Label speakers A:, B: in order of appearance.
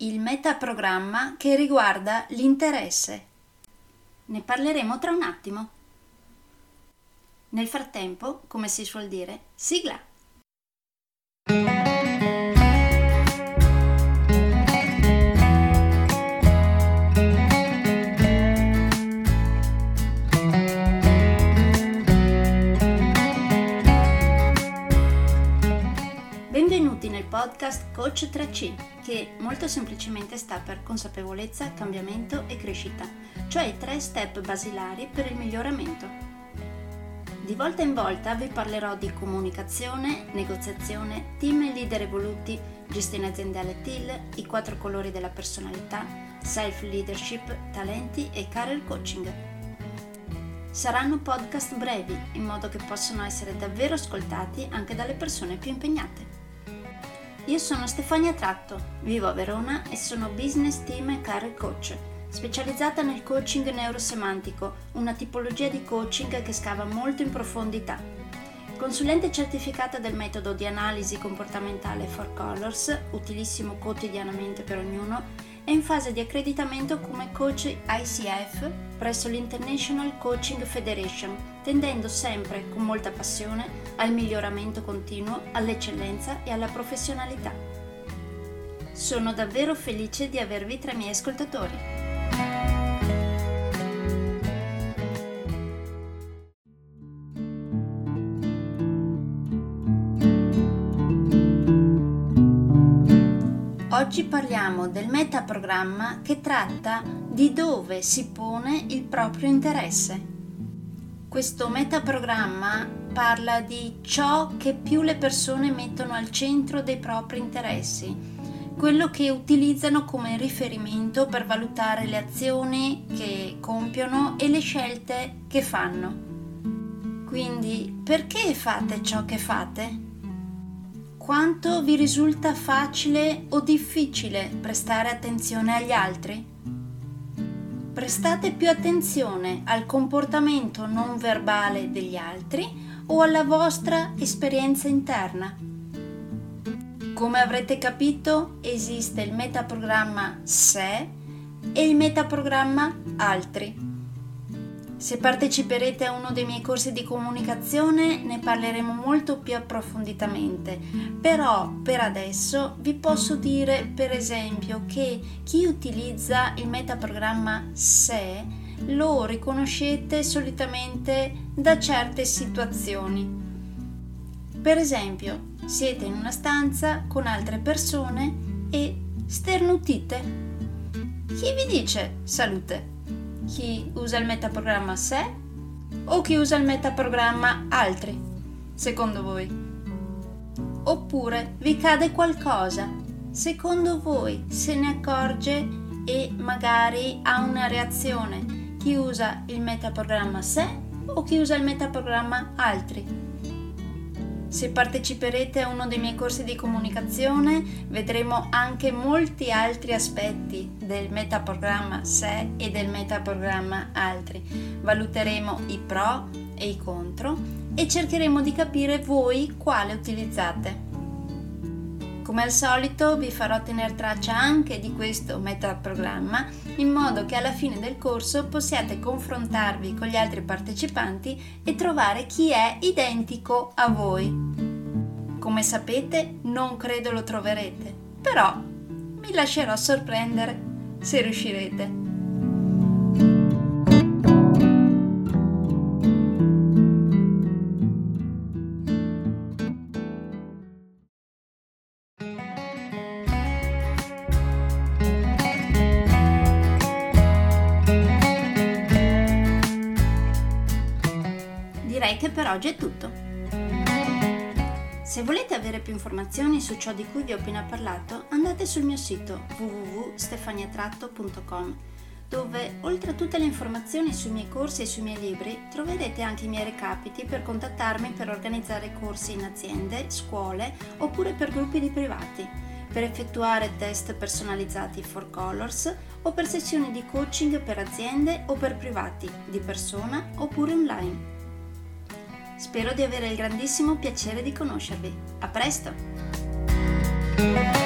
A: il metaprogramma che riguarda l'interesse. Ne parleremo tra un attimo. Nel frattempo, come si suol dire, sigla! Benvenuti nel podcast Coach 3C, che molto semplicemente sta per consapevolezza, cambiamento e crescita, cioè i 3 step basilari per il miglioramento. Di volta in volta vi parlerò di comunicazione, negoziazione, team e leader evoluti, gestione aziendale TIL, i 4 colori della personalità, self-leadership, talenti e career coaching. Saranno podcast brevi, in modo che possano essere davvero ascoltati anche dalle persone più impegnate. Io sono Stefania Tratto, vivo a Verona e sono business team e career coach, specializzata nel coaching neurosemantico, una tipologia di coaching che scava molto in profondità. Consulente certificata del metodo di analisi comportamentale 4 Colors, utilissimo quotidianamente per ognuno, è in fase di accreditamento come coach ICF presso l'International Coaching Federation, tendendo sempre con molta passione al miglioramento continuo, all'eccellenza e alla professionalità. Sono davvero felice di avervi tra i miei ascoltatori. Oggi parliamo del metaprogramma che tratta di dove si pone il proprio interesse. Questo metaprogramma parla di ciò che più le persone mettono al centro dei propri interessi, quello che utilizzano come riferimento per valutare le azioni che compiono e le scelte che fanno. Quindi, perché fate ciò che fate? Quanto vi risulta facile o difficile prestare attenzione agli altri? Prestate più attenzione al comportamento non verbale degli altri o alla vostra esperienza interna? Come avrete capito, esiste il metaprogramma sé e il metaprogramma altri. Se parteciperete a uno dei miei corsi di comunicazione ne parleremo molto più approfonditamente, però per adesso vi posso dire per esempio che chi utilizza il metaprogramma sé lo riconoscete solitamente da certe situazioni. Per esempio, siete in una stanza con altre persone e sternutite. Chi vi dice salute? Chi usa il metaprogramma sé o chi usa il metaprogramma altri, secondo voi? Oppure vi cade qualcosa, secondo voi se ne accorge e magari ha una reazione, chi usa il metaprogramma sé o chi usa il metaprogramma altri? Se parteciperete a uno dei miei corsi di comunicazione vedremo anche molti altri aspetti del metaprogramma sé e del metaprogramma altri. Valuteremo i pro e i contro e cercheremo di capire voi quale utilizzate. Come al solito vi farò tenere traccia anche di questo metaprogramma in modo che alla fine del corso possiate confrontarvi con gli altri partecipanti e trovare chi è identico a voi. Come sapete, non credo lo troverete, però mi lascerò sorprendere se riuscirete. Direi che per oggi è tutto. Se volete avere più informazioni su ciò di cui vi ho appena parlato, andate sul mio sito www.stefaniatratto.com, dove oltre a tutte le informazioni sui miei corsi e sui miei libri troverete anche i miei recapiti per contattarmi per organizzare corsi in aziende, scuole oppure per gruppi di privati, per effettuare test personalizzati 4 Colors o per sessioni di coaching per aziende o per privati, di persona oppure online. Spero di avere il grandissimo piacere di conoscervi. A presto!